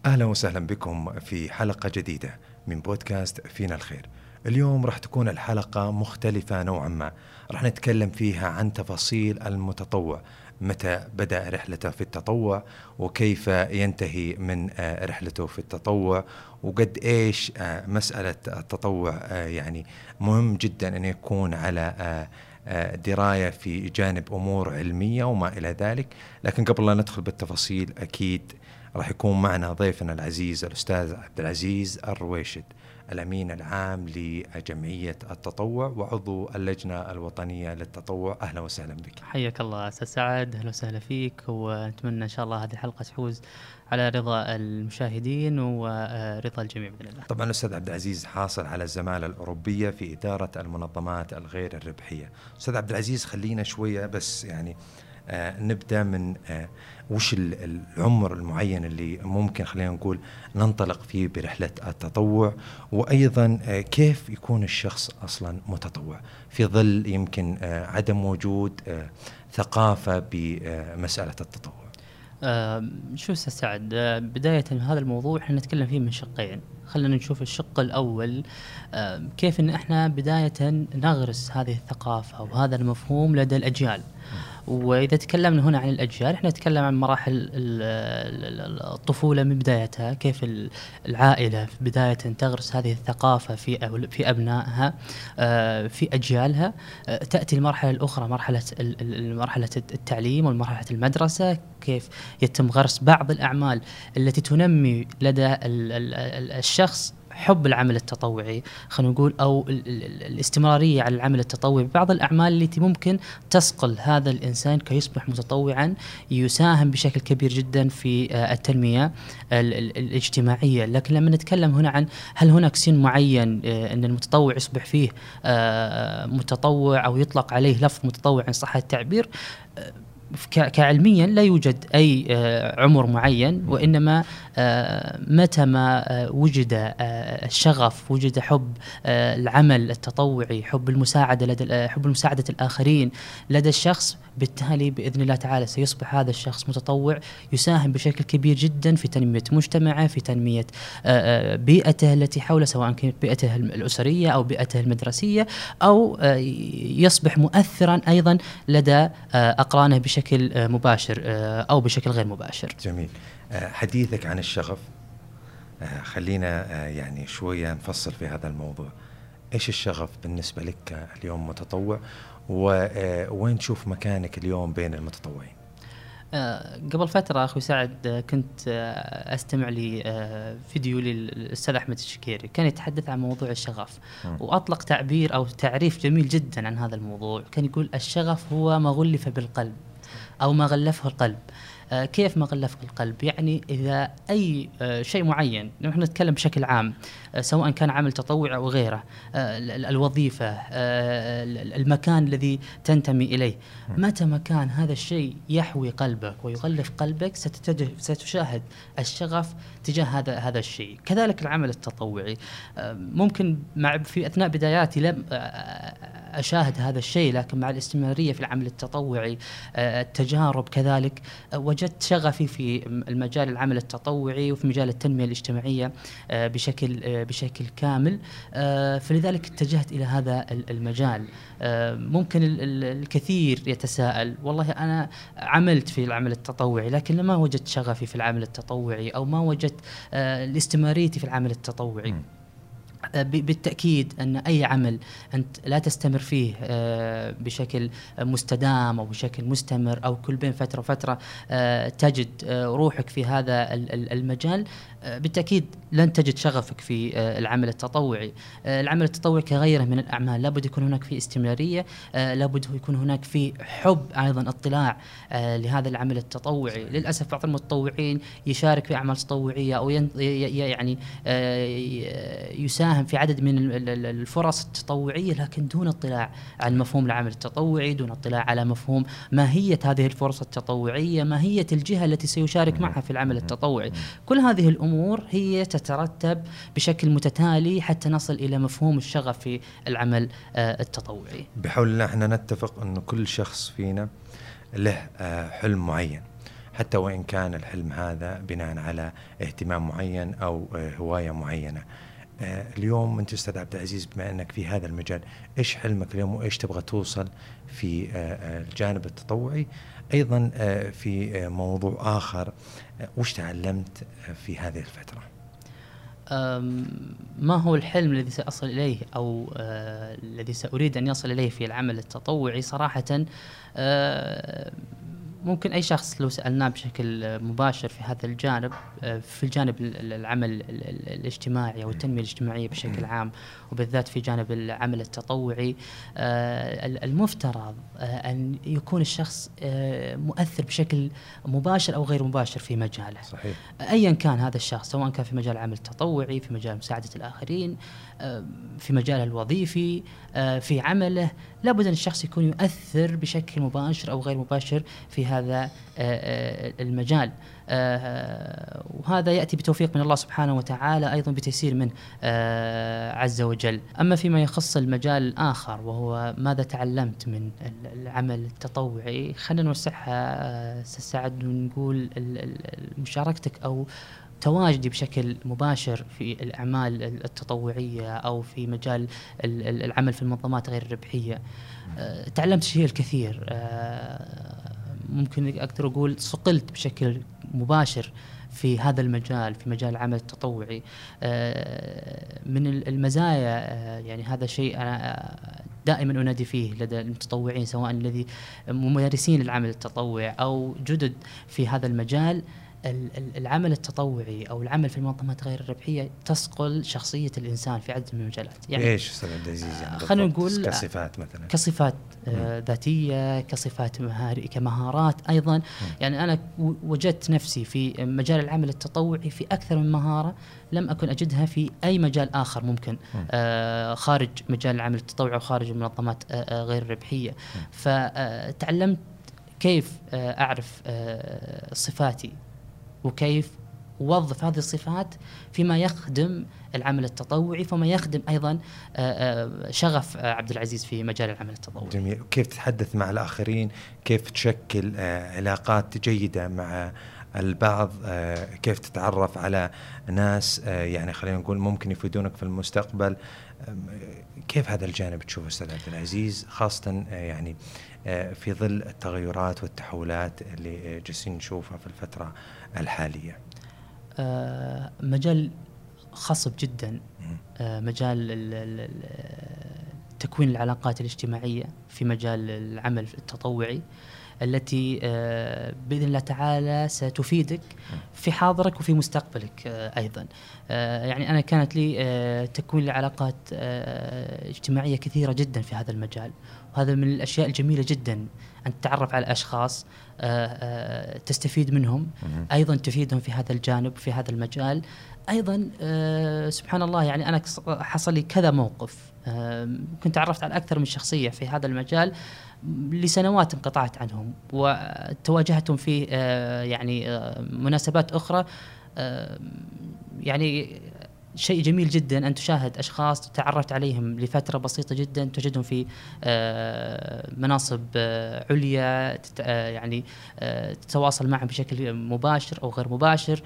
أهلا وسهلا بكم في حلقة جديدة من بودكاست فينا الخير. اليوم راح تكون الحلقة مختلفة نوعا ما، راح نتكلم فيها عن تفاصيل المتطوع، متى بدأ رحلته في التطوع وكيف ينتهي من رحلته في التطوع، وقد إيش مسألة التطوع يعني مهم جدا أن يكون على دراية في جانب أمور علمية وما إلى ذلك. لكن قبل لا ندخل بالتفاصيل أكيد راح يكون معنا ضيفنا العزيز الأستاذ عبد العزيز الرويشد، الأمين العام لجمعية التطوع وعضو اللجنة الوطنية للتطوع. أهلا وسهلا بك. حياك الله أستاذ سعد، أهلا وسهلا فيك، ونتمنى إن شاء الله هذه الحلقة تفوز على رضا المشاهدين ورضا الجميع بإذن الله. طبعا الأستاذ عبد العزيز حاصل على الزمالة الأوروبية في إدارة المنظمات الغير الربحية. أستاذ عبد العزيز، خلينا شوية بس يعني نبدأ من وش العمر المعين اللي ممكن خلينا نقول ننطلق فيه برحلة التطوع، وأيضا كيف يكون الشخص أصلا متطوع في ظل يمكن عدم وجود ثقافة بمسألة التطوع. شو أستاذ سعد، بداية هذا الموضوع احنا نتكلم فيه من شقين. خلينا نشوف الشق الأول، كيف إن احنا بداية نغرس هذه الثقافة وهذا المفهوم لدى الأجيال. وإذا تكلمنا هنا عن الأجيال، احنا نتكلم عن مراحل الطفولة من بدايتها، كيف العائلة في بداية تغرس هذه الثقافة في أبنائها، في أجيالها. تأتي المرحلة الأخرى، مرحلة التعليم ومرحلة المدرسة، كيف يتم غرس بعض الأعمال التي تنمي لدى الشخص حب العمل التطوعي، خلينا نقول، أو الاستمرارية على العمل التطوعي، بعض الأعمال التي ممكن تسقل هذا الإنسان كي يصبح متطوعا، يساهم بشكل كبير جدا في التنمية الاجتماعية. لكن لما نتكلم هنا عن هل هناك سن معين أن المتطوع يصبح فيه متطوع أو يطلق عليه لفظ متطوع إن صح التعبير، كعلميا لا يوجد أي عمر معين، وإنما متى ما وجد الشغف، وجد حب العمل التطوعي، حب المساعدة الآخرين لدى الشخص، بالتالي بإذن الله تعالى سيصبح هذا الشخص متطوع يساهم بشكل كبير جدا في تنمية مجتمعه، في تنمية بيئته التي حوله، سواء كانت بيئته الأسرية أو بيئته المدرسية، أو يصبح مؤثرا أيضا لدى أقرانه بشكل مباشر أو بشكل غير مباشر. جميل. حديثك عن الشغف، خلينا يعني شوية نفصل في هذا الموضوع. إيش الشغف بالنسبة لك اليوم متطوع، وين تشوف مكانك اليوم بين المتطوعين؟ قبل فترة أخوي سعد كنت أستمع لي فيديو للأستاذ أحمد الشكيري، كان يتحدث عن موضوع الشغف، وأطلق تعبير أو تعريف جميل جدا عن هذا الموضوع. كان يقول الشغف هو ما غلف بالقلب أو ما غلفه القلب. كيف ما غلفه القلب؟ يعني إذا أي شيء معين، نحن نتكلم بشكل عام، سواء كان عمل تطوعي أو غيره، الوظيفة، المكان الذي تنتمي إليه، متى ما كان هذا الشيء يحوي قلبك ويغلف قلبك، ستشاهد الشغف تجاه هذا الشيء. كذلك العمل التطوعي، ممكن في أثناء بداياتي لم أشاهد هذا الشيء، لكن مع الاستمرارية في العمل التطوعي، التجارب كذلك، وجدت شغفي في المجال العمل التطوعي وفي مجال التنمية الاجتماعية بشكل كامل. فلذلك اتجهت إلى هذا المجال. ممكن الكثير يتساءل، والله أنا عملت في العمل التطوعي لكن ما وجدت شغفي في العمل التطوعي، أو ما وجدت الاستمرارية في العمل التطوعي. بالتأكيد أن أي عمل أنت لا تستمر فيه بشكل مستدام أو بشكل مستمر، أو كل بين فترة وفترة تجد روحك في هذا المجال، بالتأكيد لن تجد شغفك في العمل التطوعي. العمل التطوعي كغيره من الأعمال لابد يكون هناك في استمرارية، لابد يكون هناك في حب، أيضا اطلاع لهذا العمل التطوعي. للأسف بعض المتطوعين يشارك في أعمال تطوعية أو يعني يساهم في عدد من الفرص التطوعية، لكن دون اطلاع عن مفهوم العمل التطوعي، دون اطلاع على مفهوم ماهية هذه الفرصة التطوعية، ماهية الجهة التي سيشارك معها في العمل التطوعي. كل هذه الأمور هي تترتب بشكل متتالي حتى نصل إلى مفهوم الشغف في العمل التطوعي. بحول الله احنا نتفق أن كل شخص فينا له حلم معين. حتى وإن كان الحلم هذا بناء على اهتمام معين أو هواية معينة. اليوم أنت أستاذ عبد العزيز بما أنك في هذا المجال، إيش حلمك اليوم وإيش تبغى توصل في الجانب التطوعي؟ أيضا في موضوع آخر، وش تعلمت في هذه الفترة؟ ما هو الحلم الذي سأصل إليه أو الذي سأريد أن يصل إليه في العمل التطوعي؟ صراحة ممكن أي شخص لو سألناه بشكل مباشر في هذا الجانب، في الجانب العمل الاجتماعي أو التنمية الاجتماعية بشكل عام، وبالذات في جانب العمل التطوعي، المفترض أن يكون الشخص مؤثر بشكل مباشر أو غير مباشر في مجاله. صحيح. أيا كان هذا الشخص، سواء كان في مجال العمل التطوعي، في مجال مساعدة الآخرين، في مجاله الوظيفي، في عمله، لابد أن الشخص يكون يؤثر بشكل مباشر أو غير مباشر في هذا المجال، وهذا يأتي بتوفيق من الله سبحانه وتعالى، أيضا بتيسير منه عز وجل. أما فيما يخص المجال الآخر وهو ماذا تعلمت من العمل التطوعي، خلينا نوسعها سعد ونقول مشاركتك أو تواجدي بشكل مباشر في الأعمال التطوعية أو في مجال العمل في المنظمات غير الربحية. تعلمت شيء الكثير، ممكن أقدر أقول صقلت بشكل مباشر في هذا المجال، في مجال العمل التطوعي. من المزايا، يعني هذا شيء أنا دائما أنادي فيه لدى المتطوعين، سواء الذي ممارسين العمل التطوعي أو جدد في هذا المجال، العمل التطوعي أو العمل في المنظمات غير الربحية تصقل شخصية الإنسان في عدد من المجالات. يعني إيش أستاذ عبد العزيز؟ يعني خلينا نقول كصفات مثلا، كصفات ذاتية، كصفات كمهارات أيضا. يعني أنا وجدت نفسي في مجال العمل التطوعي في أكثر من مهارة لم أكن أجدها في أي مجال آخر ممكن خارج مجال العمل التطوعي أو خارج المنظمات غير الربحية. فتعلمت كيف أعرف صفاتي وكيف أوظف هذه الصفات فيما يخدم العمل التطوعي، فما يخدم أيضا شغف عبد العزيز في مجال العمل التطوعي. جميل. كيف تتحدث مع الآخرين، كيف تشكل علاقات جيدة مع البعض، كيف تتعرف على ناس يعني خلينا نقول ممكن يفيدونك في المستقبل. كيف هذا الجانب تشوفه أستاذ عبد العزيز، خاصة يعني في ظل التغيرات والتحولات اللي جالسين نشوفها في الفترة الحالية؟ مجال خصب جدا، مجال تكوين العلاقات الاجتماعية في مجال العمل التطوعي، التي بإذن الله تعالى ستفيدك في حاضرك وفي مستقبلك أيضا. يعني أنا كانت لي تكوين العلاقات اجتماعية كثيرة جدا في هذا المجال، وهذا من الأشياء الجميلة جدا، أن تتعرف على أشخاص تستفيد منهم، أيضا تفيدهم في هذا الجانب في هذا المجال أيضا. سبحان الله، يعني أنا حصل لي كذا موقف، كنت تعرفت على أكثر من شخصية في هذا المجال لسنوات انقطعت عنهم، وتواجهتهم في يعني مناسبات أخرى. يعني شيء جميل جدا أن تشاهد أشخاص تعرفت عليهم لفترة بسيطة جدا تجدهم في مناصب عليا، يعني تتواصل معهم بشكل مباشر أو غير مباشر.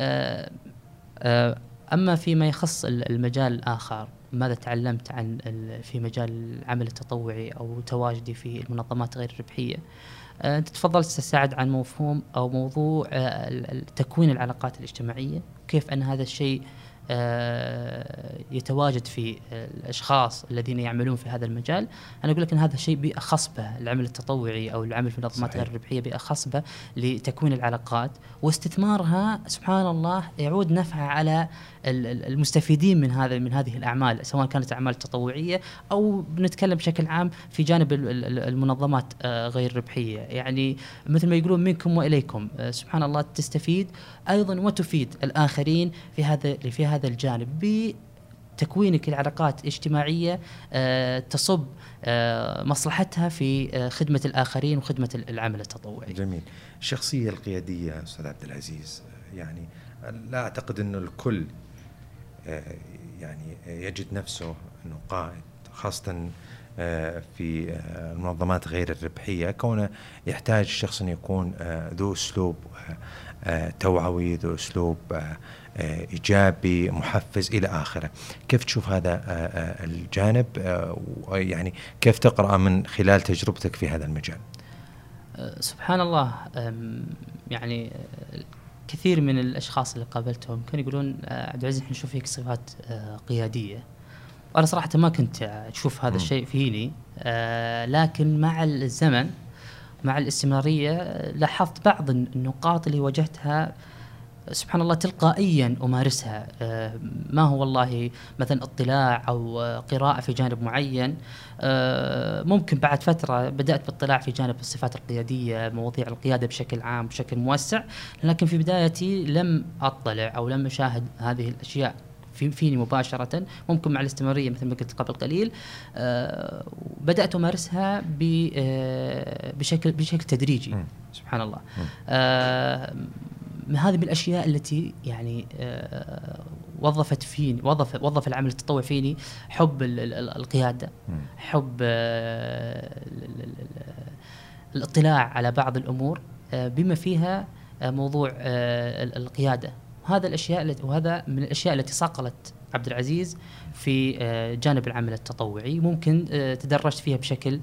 أما فيما يخص المجال الآخر، ماذا تعلمت عن في مجال العمل التطوعي أو تواجدي في المنظمات غير الربحية؟ أنت تفضلت تساعد عن مفهوم أو موضوع تكوين العلاقات الاجتماعية، كيف أن هذا الشيء يتواجد في الأشخاص الذين يعملون في هذا المجال. أنا أقول لك أن هذا الشيء بيئة خصبة، العمل التطوعي أو العمل في المنظمات غير الربحية بيئة خصبة لتكوين العلاقات، واستثمارها سبحان الله يعود نفعها على المستفيدين من هذه الأعمال، سواء كانت أعمال تطوعية أو بنتكلم بشكل عام في جانب المنظمات غير الربحية. يعني مثل ما يقولون منكم وإليكم، سبحان الله تستفيد أيضا وتفيد الآخرين في هذا الجانب بتكوينك العلاقات الاجتماعية تصب مصلحتها في خدمة الآخرين وخدمة العمل التطوعي. جميل. الشخصية القيادية أستاذ عبد العزيز، يعني لا أعتقد أنه الكل يعني يجد نفسه أنه قائد، خاصة في المنظمات غير الربحية، كونه يحتاج الشخص أن يكون ذو أسلوب توعوي، ذو أسلوب إيجابي محفز إلى آخره. كيف تشوف هذا الجانب؟ يعني كيف تقرأ من خلال تجربتك في هذا المجال؟ سبحان الله، يعني كثير من الأشخاص اللي قابلتهم كانوا يقولون عبد العزيز احنا نشوف فيك صفات قيادية، وأنا صراحة ما كنت أشوف هذا الشيء فيني، لكن مع الزمن مع الاستمرارية لاحظت بعض النقاط اللي واجهتها سبحان الله تلقائيا أمارسها. ما هو والله مثلا اطلاع أو قراءة في جانب معين، ممكن بعد فترة بدأت باطلاع في جانب الصفات القيادية، مواضيع القيادة بشكل عام بشكل موسع، لكن في بدايتي لم أطلع أو لم أشاهد هذه الأشياء فيني مباشرة. ممكن مع الاستمرارية مثل ما قلت قبل قليل بدأت أمارسها بشكل تدريجي. سبحان الله. هذه من الأشياء التي يعني وظفت فيني، وظف العمل التطوعي فيني حب القيادة، حب الاطلاع على بعض الأمور بما فيها موضوع القيادة. وهذا من الأشياء التي صقلت عبد العزيز في جانب العمل التطوعي. ممكن تدرجت فيها بشكل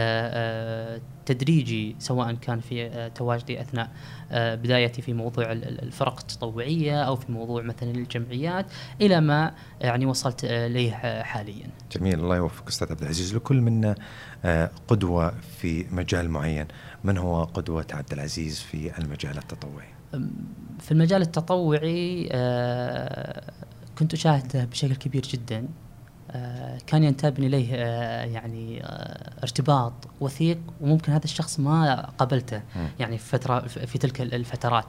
تدريجي، سواء كان في تواجدي أثناء بدايتي في موضوع الفرق التطوعية أو في موضوع مثلا الجمعيات، إلى ما يعني وصلت إليه حاليا. جميل، الله يوفقك أستاذ عبد العزيز. لكل منا قدوة في مجال معين، من هو قدوة عبد العزيز في المجال التطوعي؟ في المجال التطوعي كنت أشاهده بشكل كبير جدا، كان ينتابني إليه يعني ارتباط وثيق، وممكن هذا الشخص ما قابلته يعني في تلك الفترات.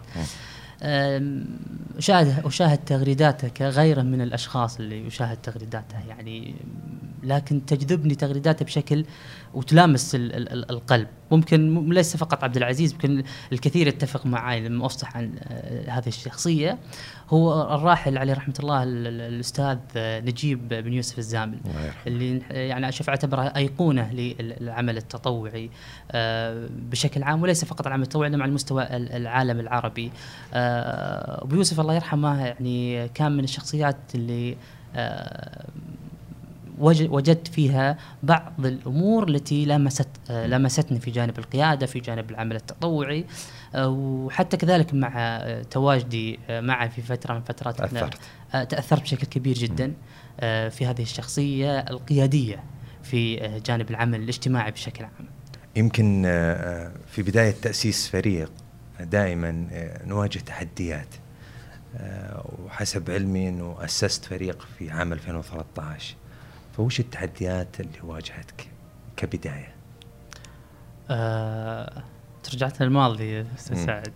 أشاهد تغريداته كغيره من الأشخاص اللي يشاهد تغريداته يعني، لكن تجذبني تغريداته بشكل وتلامس القلب. ممكن ليس فقط عبد العزيز، ممكن الكثير يتفق معي لما أفصح عن هذه الشخصية. هو الراحل عليه رحمة الله الأستاذ نجيب بن يوسف الزامل، اللي يعني أشوف أعتبره أيقونة للعمل التطوعي بشكل عام، وليس فقط العمل التطوعي مع المستوى العالم العربي. أبو يوسف الله يرحمه يعني كان من الشخصيات اللي وجدت فيها بعض الأمور التي لمستني في جانب القيادة، في جانب العمل التطوعي، وحتى كذلك مع تواجدي معه في فترة من فترات تأثرت بشكل كبير جدا في هذه الشخصية القيادية في جانب العمل الاجتماعي بشكل عام. يمكن في بداية تأسيس فريق دائما نواجه تحديات، وحسب علمي أنه أسست فريق في عام 2013، فوش التحديات اللي واجهتك كبداية؟ ترجعت للماضي أستاذ سعد.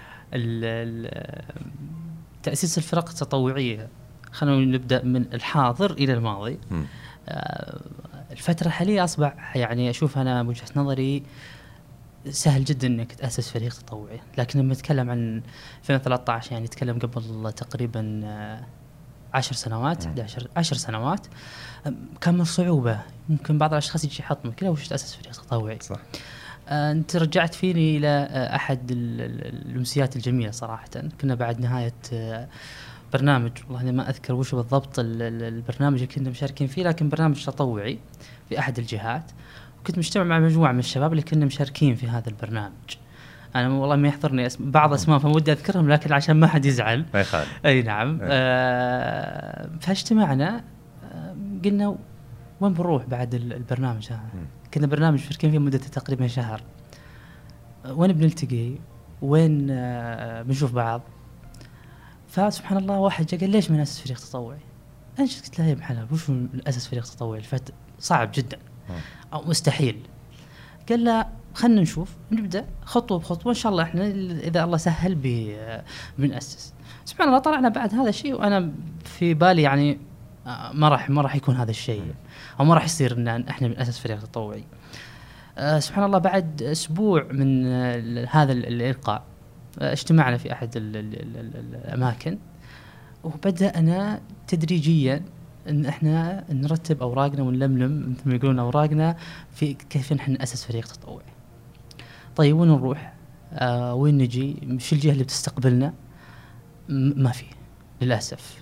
تأسيس الفرق التطوعية، خلونا نبدأ من الحاضر إلى الماضي. الفترة الحالية أصبح يعني أشوف أنا من وجهة نظري سهل جدا انك تأسس فريق تطوعي، لكن لما نتكلم عن 2013 يعني نتكلم قبل تقريبا 10 سنوات 10 سنوات كان من صعوبة. ممكن بعض الاشخاص يجي يحطم كذا وش تأسس فريق تطوعي. صح. انت رجعت فيني الى احد الامسيات الجميلة صراحة. كنا بعد نهاية برنامج، والله أنا ما أذكر وش بالضبط البرنامج اللي كنا مشاركين فيه، لكن برنامج تطوعي في أحد الجهات، كنت مجتمع مع مجموعة من الشباب اللي كنا مشاركين في هذا البرنامج. أنا والله ما يحضرني بعض أسماء فمودي أذكرهم، لكن عشان ما حد يزعل. ما يخالف. أي نعم. فاجتمعنا قلنا وين بنروح بعد البرنامج هذا. كنا برنامج مشاركين فيه مدة تقريبا شهر. وين بنلتقي؟ وين بنشوف بعض؟ فسبحان الله واحد جاء قال ليش ما نأسس فريق تطوعي؟ أنا قلت له يا محلال وش أسس فريق تطوعي؟ صعب جدا أو مستحيل. قال لا خلنا نشوف، نبدأ خطوة بخطوة، إن شاء الله إحنا إذا الله سهل بنأسس. سبحان الله طلعنا بعد هذا الشيء وأنا في بالي يعني ما راح يكون هذا الشيء، أو ما راح يصير إن إحنا بنأسس فريق تطوعي. سبحان الله بعد أسبوع من هذا الإلقاء اجتمعنا في أحد الأماكن، وبدأنا تدريجيا ان احنا نرتب اوراقنا ونلملم مثل ما يقولون اوراقنا في كيف نحن ناسس فريق تطوعي. طيب وين نروح؟ وين نجي؟ شو الجهه اللي بتستقبلنا؟ ما في للاسف.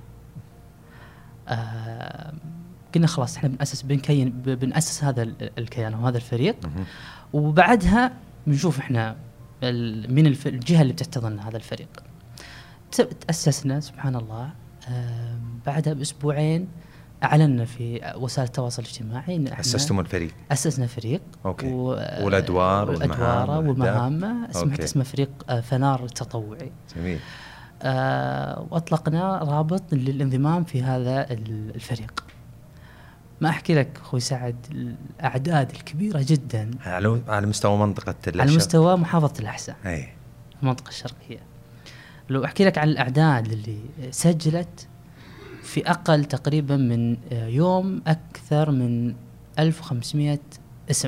قلنا خلاص احنا بنأسس هذا الكيان وهذا الفريق، وبعدها بنشوف احنا من الجهه اللي بتحتضن هذا الفريق. تأسسنا سبحان الله. بعدها بأسبوعين أعلنا في وسائل التواصل الاجتماعي إن أسستم الفريق. أسسنا فريق. أوكي. والأدوار والمهام اسمه فريق فنار تطوعي. جميل. وأطلقنا رابط للانضمام في هذا الفريق. ما أحكي لك أخوي سعد الأعداد الكبيرة جدا على مستوى منطقة على مستوى محافظة الأحساء، أي المنطقة الشرقية. لو أحكي لك عن الأعداد اللي سجلت في أقل تقريبا من يوم أكثر من 1500 اسم.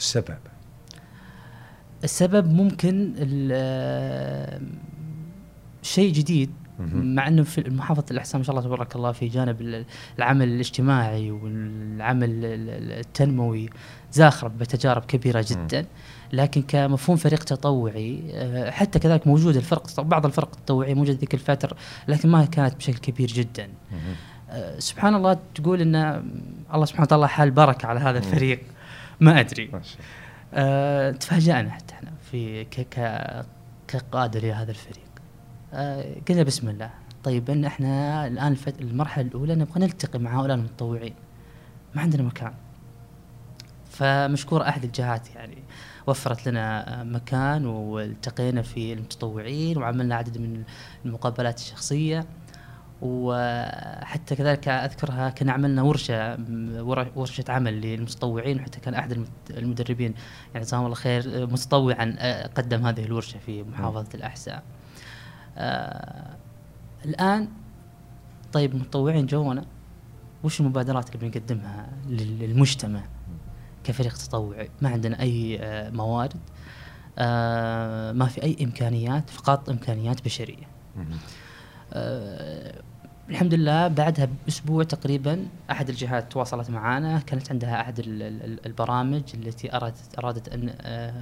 السبب ممكن شيء جديد، مع أنه في محافظة الأحساء ما شاء الله تبارك الله في جانب العمل الاجتماعي والعمل التنموي زاخرب بتجارب كبيرة جدا، لكن كمفهوم فريق تطوعي حتى كذلك موجود بعض الفرق التطوعية موجودة ذيك الفترة، لكن ما كانت بشكل كبير جدا. سبحان الله، تقول إن الله سبحانه وتعالى حال بركة على هذا الفريق. ما أدري، تفاجأنا حتى احنا في كقادة لهذا الفريق. قلنا بسم الله، طيب ان احنا الان المرحله الاولى نبغى نلتقي مع هؤلاء المتطوعين، ما عندنا مكان. فمشكور احد الجهات يعني وفرت لنا مكان، والتقينا في المتطوعين وعملنا عدد من المقابلات الشخصيه، وحتى كذلك اذكرها كنا عملنا ورشه عمل للمتطوعين، وحتى كان احد المدربين يعني جزاهم الله خير متطوعا قدم هذه الورشه في محافظه الاحساء. الآن طيب المتطوعين جونا، وش المبادرات اللي بنقدمها للمجتمع كفريق تطوعي؟ ما عندنا أي موارد، ما في أي إمكانيات، فقط إمكانيات بشرية. الحمد لله بعدها بأسبوع تقريبا أحد الجهات تواصلت معنا، كانت عندها أحد البرامج التي أرادت أن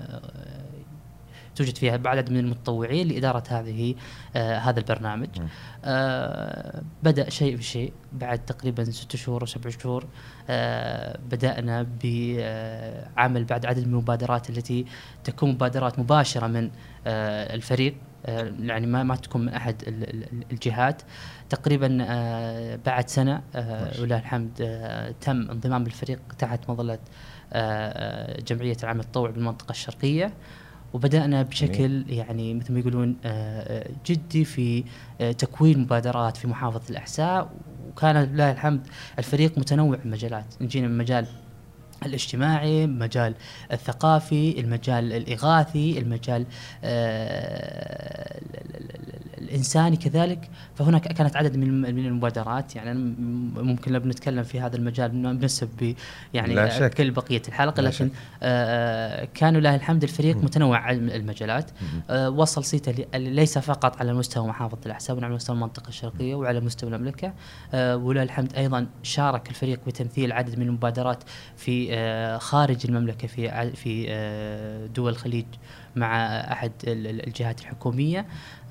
توجد فيها عدد من المتطوعين لإدارة هذا البرنامج. بدأ شيء بشيء، بعد تقريبا 6 شهور و7 شهور بدأنا بعمل بعد عدد من المبادرات التي تكون مبادرات مباشرة من الفريق، يعني ما تكون من أحد الجهات. تقريبا بعد سنة ولله الحمد تم انضمام الفريق تحت مظلة جمعية العمل التطوعي بالمنطقة الشرقية، وبدأنا بشكل يعني مثل ما يقولون جدي في تكوين مبادرات في محافظة الأحساء. وكان لله الحمد الفريق متنوع المجالات، نجينا من مجال الاجتماعي، المجال الثقافي، المجال الإغاثي، المجال الإنساني كذلك. فهناك كانت عدد من المبادرات، يعني ممكن لو بنتكلم في هذا المجال بنسب يعني كل بقية الحلقة، لكن كانوا لله الحمد الفريق متنوع المجالات. وصل صيته ليس فقط على مستوى محافظة الأحساء، وعلى مستوى المنطقة الشرقية وعلى مستوى المملكة. ولله الحمد أيضا شارك الفريق بتمثيل عدد من المبادرات في خارج المملكة في دول الخليج مع أحد الجهات الحكومية.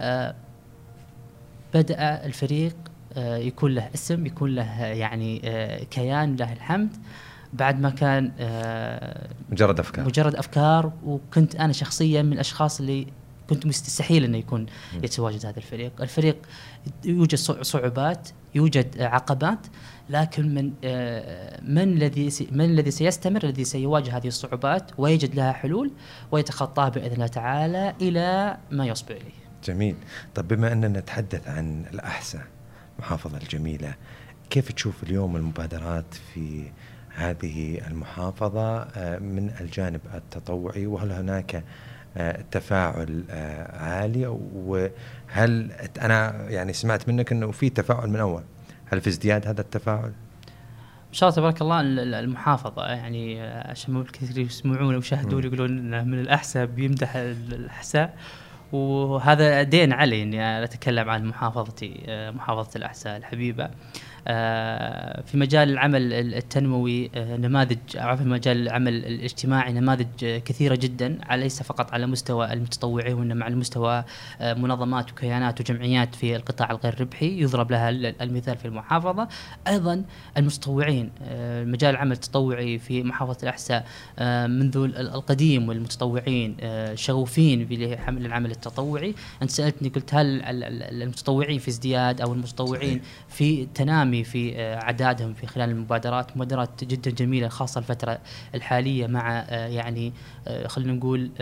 بدأ الفريق يكون له اسم، يكون له يعني كيان له الحمد، بعد ما كان مجرد أفكار. وكنت أنا شخصيا من الأشخاص اللي كنت مستحيل أنه يكون يتواجد هذا الفريق. يوجد صعوبات، يوجد عقبات، لكن من الذي سيستمر، الذي سيواجه هذه الصعوبات ويجد لها حلول ويتخطاها بإذن الله تعالى إلى ما يصبح إليه. جميل. طب بما أننا نتحدث عن الأحساء محافظة الجميلة، كيف تشوف اليوم المبادرات في هذه المحافظة من الجانب التطوعي؟ وهل هناك تفاعل عالي؟ وهل أنا يعني سمعت منك أنه في تفاعل من أول، هل في ازدياد هذا التفاعل؟ إن شاء الله تبارك الله. المحافظة يعني عشان ما بالكثير يسمعون ويشاهدون يقولون من الأحساء بيمدح الأحساء، وهذا دين علي اني اتكلم عن محافظتي، محافظه الاحساء الحبيبه. في مجال العمل التنموي نماذج، في مجال العمل الاجتماعي نماذج كثيرة جدا، ليس فقط على مستوى المتطوعين وإنما على مستوى منظمات وكيانات وجمعيات في القطاع الغير ربحي يضرب لها المثال في المحافظة. أيضا المتطوعين، مجال العمل التطوعي في محافظة الأحساء منذ القديم، والمتطوعين شغوفين بحمل العمل التطوعي. أنت سألتني قلت هل المتطوعين في ازدياد أو المتطوعين في تنامي في عددهم في خلال المبادرات؟ مبادرات جدا جميلة خاصة الفترة الحالية مع يعني خلينا نقول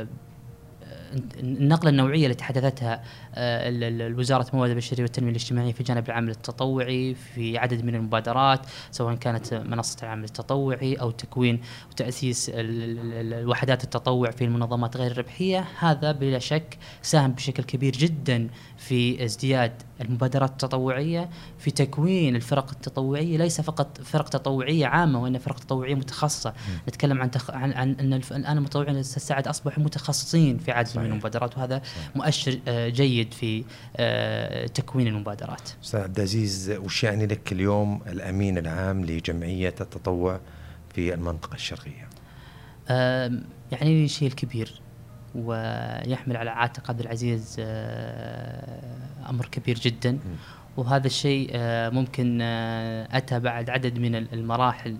النقلة النوعية التي حدثتها الوزارة الموارد البشرية والتنمية الاجتماعية في جانب العمل التطوعي في عدد من المبادرات، سواء كانت منصة العمل التطوعي أو تكوين وتأسيس الوحدات التطوع في المنظمات غير الربحية. هذا بلا شك ساهم بشكل كبير جدا في ازدياد المبادرات التطوعية، في تكوين الفرق التطوعية، ليس فقط فرق تطوعية عامة وإن فرق تطوعية متخصصة. نتكلم عن أن الآن المتطوعين الساعد أصبحوا متخصصين في عدد من المبادرات، وهذا مؤشر جيد في تكوين المبادرات. أستاذ عبد العزيز، وش يعني لك اليوم الأمين العام لجمعية التطوع في المنطقة الشرقية؟ يعني لي شيء الكبير، ويحمل على عاتق عبد العزيز أمر كبير جدا، وهذا الشيء ممكن أتى بعد عدد من المراحل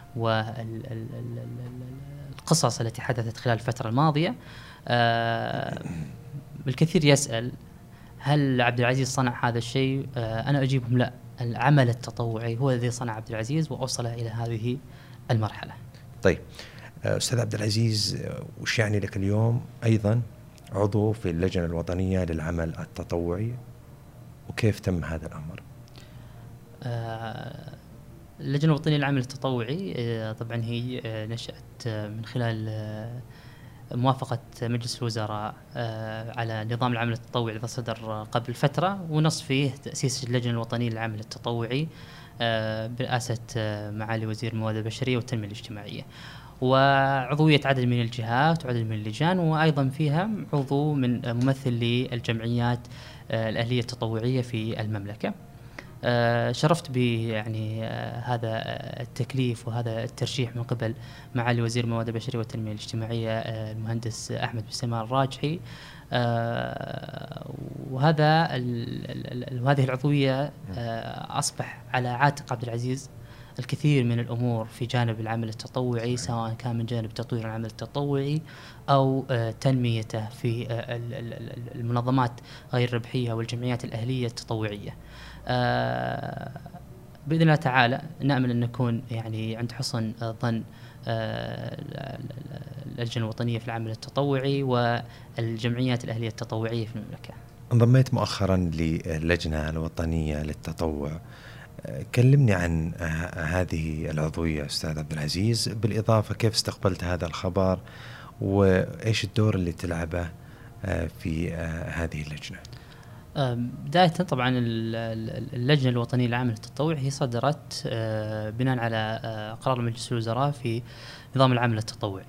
والقصص التي حدثت خلال الفترة الماضية. الكثير يسأل هل عبد العزيز صنع هذا الشيء؟ أنا أجيبهم لا، العمل التطوعي هو الذي صنع عبد العزيز وأوصله إلى هذه المرحلة. طيب أستاذ عبد العزيز، وش يعني لك اليوم أيضا عضو في اللجنة الوطنية للعمل التطوعي، وكيف تم هذا الأمر؟ اللجنة الوطنية للعمل التطوعي طبعا هي نشأت من خلال موافقة مجلس الوزراء على نظام العمل التطوعي الذي صدر قبل فترة، ونص فيه تأسيس اللجنة الوطنية للعمل التطوعي برئاسة معالي وزير الموارد البشرية والتنمية الاجتماعية، وعضوية عدد من الجهات وعدد من اللجان، وأيضا فيها عضو من ممثل للجمعيات الأهلية التطوعية في المملكة. شرفت ب يعني هذا التكليف وهذا الترشيح من قبل معالي وزير الموارد البشرية والتنمية الاجتماعية المهندس أحمد بن سلمان الراجحي، وهذه العضوية أصبح على عاتق عبد العزيز الكثير من الأمور في جانب العمل التطوعي، سواء كان من جانب تطوير العمل التطوعي أو تنميته في المنظمات غير الربحية والجمعيات الأهلية التطوعية. بإذن الله تعالى نأمل أن نكون يعني عند حسن ظن اللجنة الوطنية في العمل التطوعي والجمعيات الأهلية التطوعية في المملكة. انضميت مؤخرا للجنة الوطنية للتطوع، كلمني عن هذه العضوية أستاذ عبد العزيز، بالإضافة كيف استقبلت هذا الخبر وإيش الدور اللي تلعبه في هذه اللجنة؟ بداية طبعا اللجنة الوطنية للعمل التطوعي هي صدرت بناء على قرار مجلس الوزراء في نظام العمل التطوعي.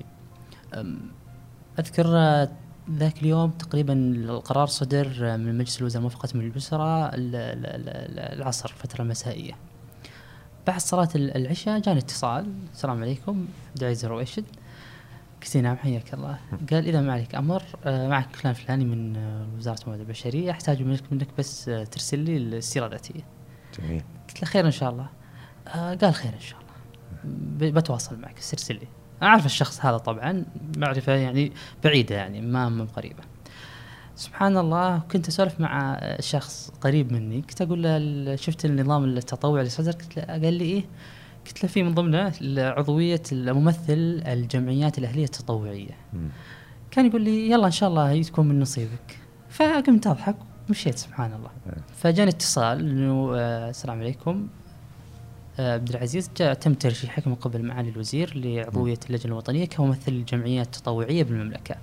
أذكر ذاك اليوم تقريبا القرار صدر من مجلس الوزراء موافقة من الوزراء العصر الفترة المسائية. بعد صلاة العشاء جاني اتصال، السلام عليكم عبد العزيز رويشد. قلت نعم حياك الله. قال إذا ما عليك أمر، معك فلان فلاني من وزارة الموارد البشرية، أحتاج منك بس ترسل لي السيرة الذاتية. جميل. قلت له خير إن شاء الله. قال خير إن شاء الله، بتواصل معك، ارسل لي. أنا أعرف الشخص هذا طبعا معرفة يعني بعيدة، يعني ما قريبة. سبحان الله، كنت أسولف مع شخص قريب مني، كنت أقول له شفت النظام التطوعي اللي صدر؟ قال لي إيه؟ قلت له في من ضمنه عضوية الممثل الجمعيات الأهلية التطوعية. كان يقول لي يلا إن شاء الله تكون من نصيبك. فقمت أضحك ومشيت. سبحان الله. فجاني اتصال إنه السلام عليكم عبد العزيز، تم ترشيحك من قبل معالي الوزير لعضوية اللجنة الوطنية كممثل الجمعيات التطوعية بالمملكة.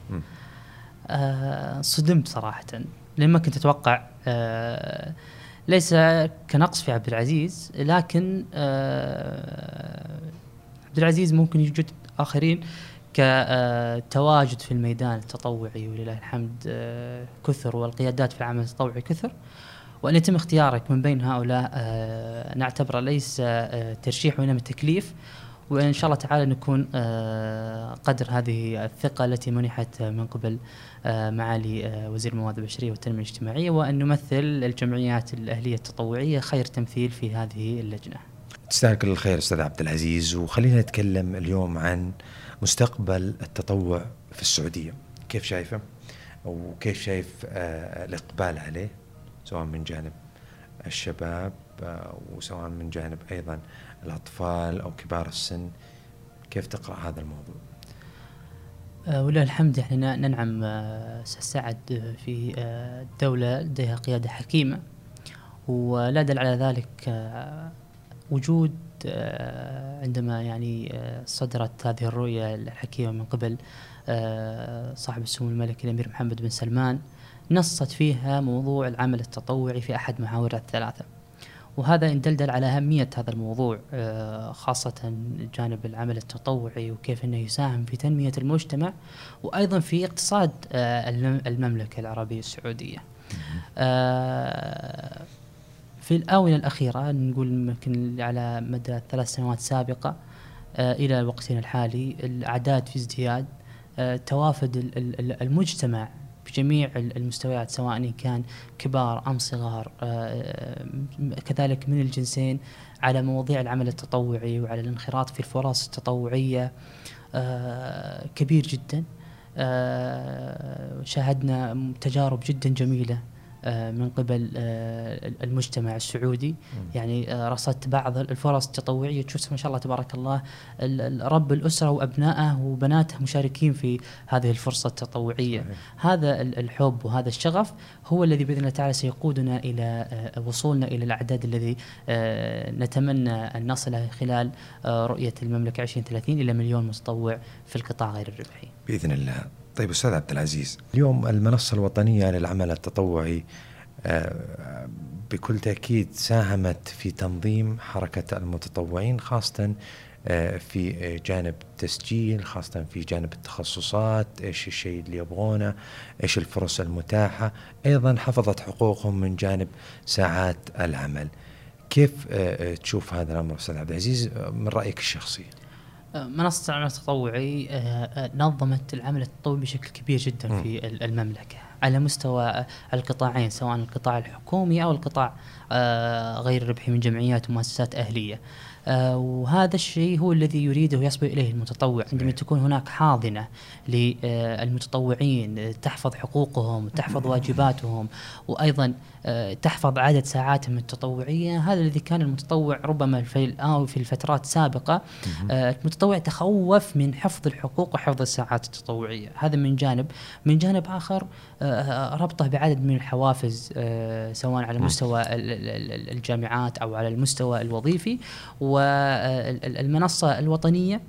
صدمت صراحة، لأن ما كنت أتوقع، ليس كنقص في عبد العزيز، لكن عبد العزيز ممكن يوجد آخرين كتواجد في الميدان التطوعي ولله الحمد كثر، والقيادات في العمل التطوعي كثر، وأن يتم اختيارك من بين هؤلاء نعتبره ليس ترشيح وإنما تكليف، وإن شاء الله تعالى نكون قدر هذه الثقة التي منحت من قبل معالي وزير الموارد البشرية والتنمية الاجتماعية، وأن نمثل الجمعيات الأهلية التطوعية خير تمثيل في هذه اللجنة. تستاهل كل الخير أستاذ عبد العزيز. وخلينا نتكلم اليوم عن مستقبل التطوع في السعودية، كيف شايفه وكيف شايف الإقبال عليه سواء من جانب الشباب وسواء من جانب أيضا الأطفال أو كبار السن، كيف تقرأ هذا الموضوع؟ ولله الحمد احنا ننعم سعد في الدولة لديها قيادة حكيمة، ولا دل على ذلك وجود عندما يعني صدرت هذه الرؤية الحكيمة من قبل صاحب السمو الملكي الأمير محمد بن سلمان، نصت فيها موضوع العمل التطوعي في أحد محاورها الثلاثة، وهذا إن دلدل على أهمية هذا الموضوع، خاصة جانب العمل التطوعي وكيف أنه يساهم في تنمية المجتمع وأيضا في اقتصاد المملكة العربية السعودية. في الآونة الأخيرة نقول يمكن على مدى 3 سنوات سابقة إلى وقتنا الحالي الأعداد في ازدياد، توافد المجتمع بجميع المستويات سواء كان كبار أم صغار، كذلك من الجنسين، على مواضيع العمل التطوعي وعلى الانخراط في الفرص التطوعية كبير جدا. شاهدنا تجارب جدا جميلة من قبل المجتمع السعودي، يعني رصدت بعض الفرص التطوعية تشوف ما شاء الله تبارك الله رب الأسرة وأبنائه وبناته مشاركين في هذه الفرصة التطوعية. هذا الحب وهذا الشغف هو الذي بإذن الله تعالى سيقودنا إلى وصولنا إلى الأعداد الذي نتمنى أن نصل خلال رؤية المملكة 2030 إلى 1,000,000 متطوع في القطاع غير الربحي بإذن الله. طيب أستاذ عبد العزيز، اليوم المنصة الوطنية للعمل التطوعي بكل تأكيد ساهمت في تنظيم حركة المتطوعين، خاصة في جانب التسجيل، خاصة في جانب التخصصات، إيش الشيء اللي يبغونه، إيش الفرص المتاحة، أيضا حفظت حقوقهم من جانب ساعات العمل. كيف تشوف هذا الأمر أستاذ عبد العزيز من رأيك الشخصي؟ منصة العمل التطوعي نظمت العمل التطوعي بشكل كبير جدا في المملكة على مستوى القطاعين، سواء القطاع الحكومي أو القطاع غير الربحي من جمعيات ومؤسسات أهلية. وهذا الشيء هو الذي يريده ويصبو إليه المتطوع. عندما تكون هناك حاضنة للمتطوعين تحفظ حقوقهم وتحفظ واجباتهم وأيضا تحفظ عدد ساعاتهم التطوعية، هذا الذي كان المتطوع ربما في الفترات السابقة المتطوع تخوف من حفظ الحقوق وحفظ الساعات التطوعية. هذا من جانب. من جانب آخر ربطه بعدد من الحوافز سواء على مستوى الجامعات أو على المستوى الوظيفي. والمنصة الوطنية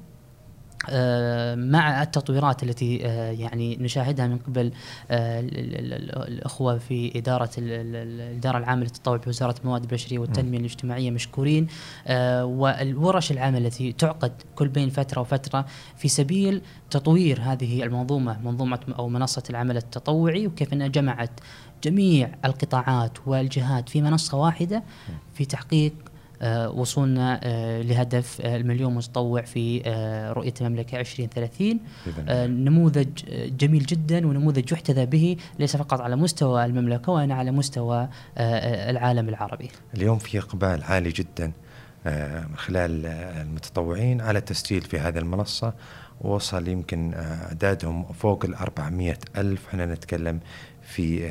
مع التطويرات التي يعني نشاهدها من قبل الأخوة في الإدارة العامة للتطوع بوزارة الموارد البشرية والتنمية الاجتماعية مشكورين، والورش العمل التي تعقد كل بين فترة وفترة في سبيل تطوير هذه منظومة أو منصة العمل التطوعي، وكيف أنها جمعت جميع القطاعات والجهات في منصة واحدة في تحقيق وصولنا لهدف 1,000,000 متطوع في رؤية المملكة 2030. نموذج جميل جدا ونموذج يحتذى به ليس فقط على مستوى المملكة وأنا على مستوى العالم العربي. اليوم في إقبال عالي جدا من خلال المتطوعين على التسجيل في هذه المنصة، ووصل يمكن أعدادهم فوق 400,000. احنا نتكلم في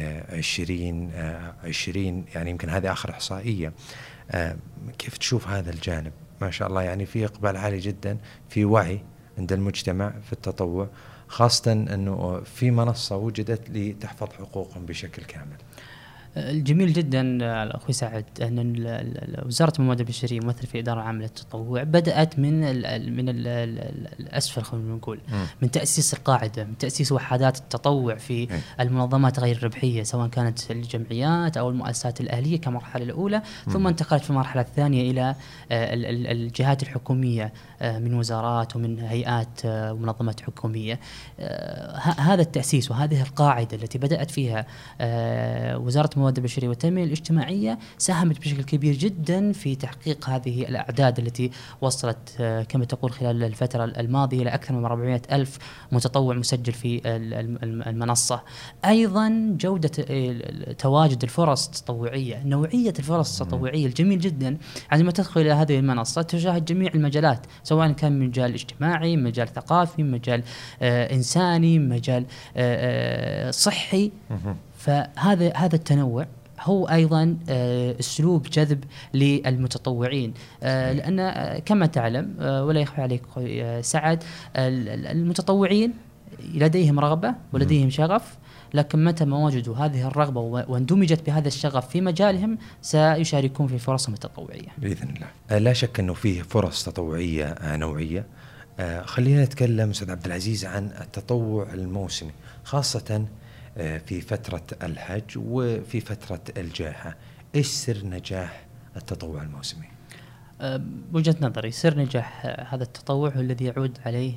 20 يعني يمكن هذه آخر إحصائية. كيف تشوف هذا الجانب؟ ما شاء الله يعني في إقبال عالي جدا، في وعي عند المجتمع في التطوع، خاصة أنه في منصة وجدت لتحفظ حقوقهم بشكل كامل. الجميل جدا اخوي سعد ان وزاره الموارد البشريه ممثله في الاداره العامه للتطوع بدات من الاسفل، خلينا نقول من تاسيس القاعده، من تاسيس وحدات التطوع في المنظمات غير الربحيه سواء كانت الجمعيات او المؤسسات الاهليه كمرحله الاولى، ثم انتقلت في المرحله الثانيه الى الجهات الحكوميه من وزارات ومن هيئات ومنظمات حكوميه. هذا التاسيس وهذه القاعده التي بدات فيها وزاره الموارد البشريه والتنميه الاجتماعيه ساهمت بشكل كبير جدا في تحقيق هذه الاعداد التي وصلت كما تقول خلال الفتره الماضيه الى اكثر من 400 الف متطوع مسجل في المنصه. ايضا جوده تواجد الفرص التطوعيه، نوعيه الفرص التطوعيه الجميل جدا عندما تدخل الى هذه المنصه تشاهد جميع المجالات، سواء كان من مجال اجتماعي، مجال ثقافي، مجال انساني، مجال صحي. فهذا التنوع هو أيضا أسلوب جذب للمتطوعين، لأن كما تعلم ولا يخفى عليك سعد، المتطوعين لديهم رغبة ولديهم شغف، لكن متى ما وجدوا هذه الرغبة واندمجت بهذا الشغف في مجالهم سيشاركون في فرصهم التطوعية بإذن الله. لا شك أنه فيه فرص تطوعية نوعية. خلينا نتكلم أستاذ عبد العزيز عن التطوع الموسمي، خاصة في فترة الحج وفي فترة الجائحة. إيش سر نجاح التطوع الموسمي؟ بوجهة نظري سر نجاح هذا التطوع هو الذي يعود عليه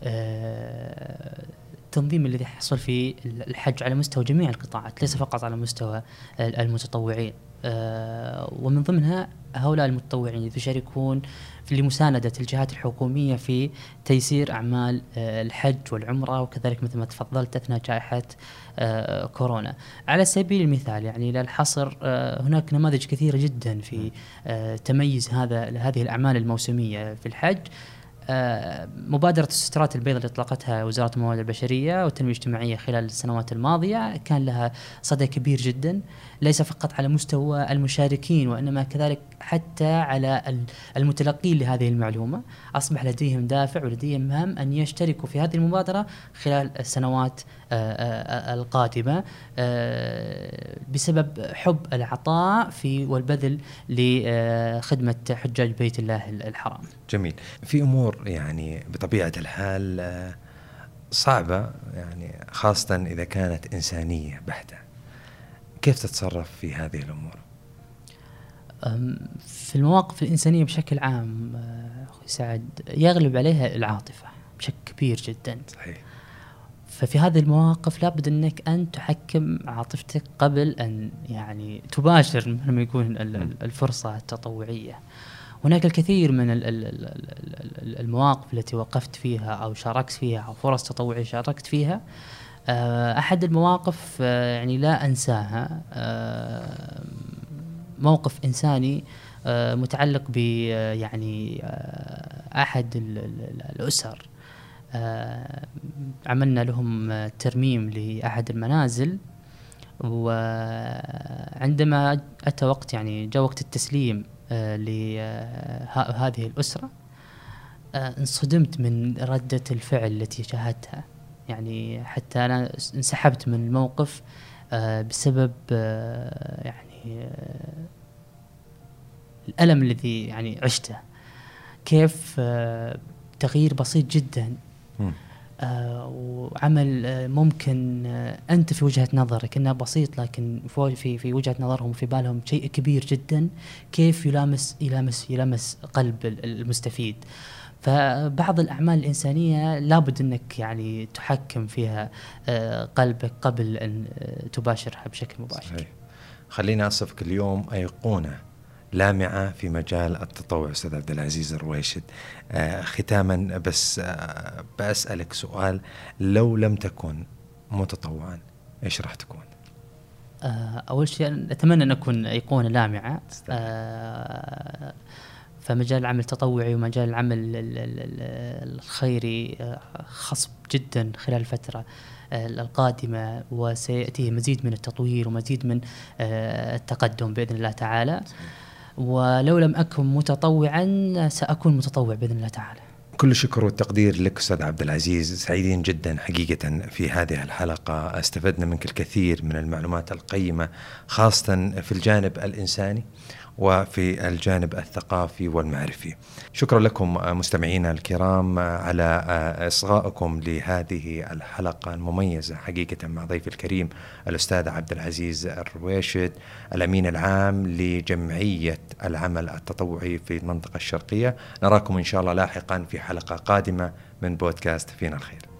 التنظيم الذي يحصل في الحج على مستوى جميع القطاعات، ليس فقط على مستوى المتطوعين، ومن ضمنها هؤلاء المتطوعين يشاركون لمساندة الجهات الحكومية في تيسير أعمال الحج والعمرة، وكذلك مثل ما تفضلت أثناء جائحة كورونا. على سبيل المثال يعني لا الحصر، هناك نماذج كثيرة جدا في تميز هذه الأعمال الموسمية في الحج. مبادرة السترات البيضاء اللي اطلقتها وزارة الموارد البشرية والتنمية الاجتماعية خلال السنوات الماضية كان لها صدى كبير جدا، ليس فقط على مستوى المشاركين وإنما كذلك حتى على المتلقين لهذه المعلومة. أصبح لديهم دافع ولديهم هم أن يشتركوا في هذه المبادرة خلال السنوات القادمة بسبب حب العطاء والبذل لخدمة حجاج بيت الله الحرام. جميل. في أمور يعني بطبيعة الحال صعبة، يعني خاصة إذا كانت إنسانية بحتة، كيف تتصرف في هذه الأمور؟ في المواقف الإنسانية بشكل عام أخي سعد يغلب عليها العاطفة بشكل كبير جدا. صحيح. ففي هذه المواقف لابد أنك أن تحكم عاطفتك قبل أن يعني تباشر لما يكون الفرصة التطوعية. هناك الكثير من المواقف التي وقفت فيها أو شاركت فيها أو فرص تطوعية شاركت فيها. أحد المواقف يعني لا أنساها، موقف إنساني متعلق ب يعني أحد الأسر. عملنا لهم ترميم لأحد المنازل، وعندما أتى وقت يعني جاء وقت التسليم لهذه الأسرة انصدمت من ردة الفعل التي شاهدتها، يعني حتى أنا انسحبت من الموقف بسبب يعني الألم الذي يعني عشته. كيف تغيير بسيط جدا وعمل ممكن أنت في وجهة نظرك إنه بسيط، لكن في وجهة نظرهم وفي بالهم شيء كبير جدا، كيف يلامس قلب المستفيد. فبعض الأعمال الإنسانية لابد أنك يعني تحكم فيها قلبك قبل أن تباشرها بشكل مباشر. صحيح. خلينا أصفك اليوم أيقونة لامعة في مجال التطوع أستاذ عبد العزيز الرويشد. ختاما بس بأسألك سؤال، لو لم تكن متطوعا إيش راح تكون؟ أول شيء أتمنى أن أكون أيقونة لامعة. فمجال العمل التطوعي ومجال العمل الخيري خصب جدا خلال الفترة القادمة، وسيأتي مزيد من التطوير ومزيد من التقدم بإذن الله تعالى. ولو لم أكن متطوعا سأكون متطوع بإذن الله تعالى. كل الشكر والتقدير لك أستاذ عبد العزيز، سعيدين جدا حقيقة في هذه الحلقة، استفدنا منك الكثير من المعلومات القيمة خاصة في الجانب الإنساني وفي الجانب الثقافي والمعرفي. شكرا لكم مستمعينا الكرام على إصغائكم لهذه الحلقة المميزة حقيقة مع ضيف الكريم الأستاذ عبد العزيز الرويشد، الأمين العام لجمعية العمل التطوعي في المنطقة الشرقية. نراكم إن شاء الله لاحقا في حلقة قادمة من بودكاست فينا الخير.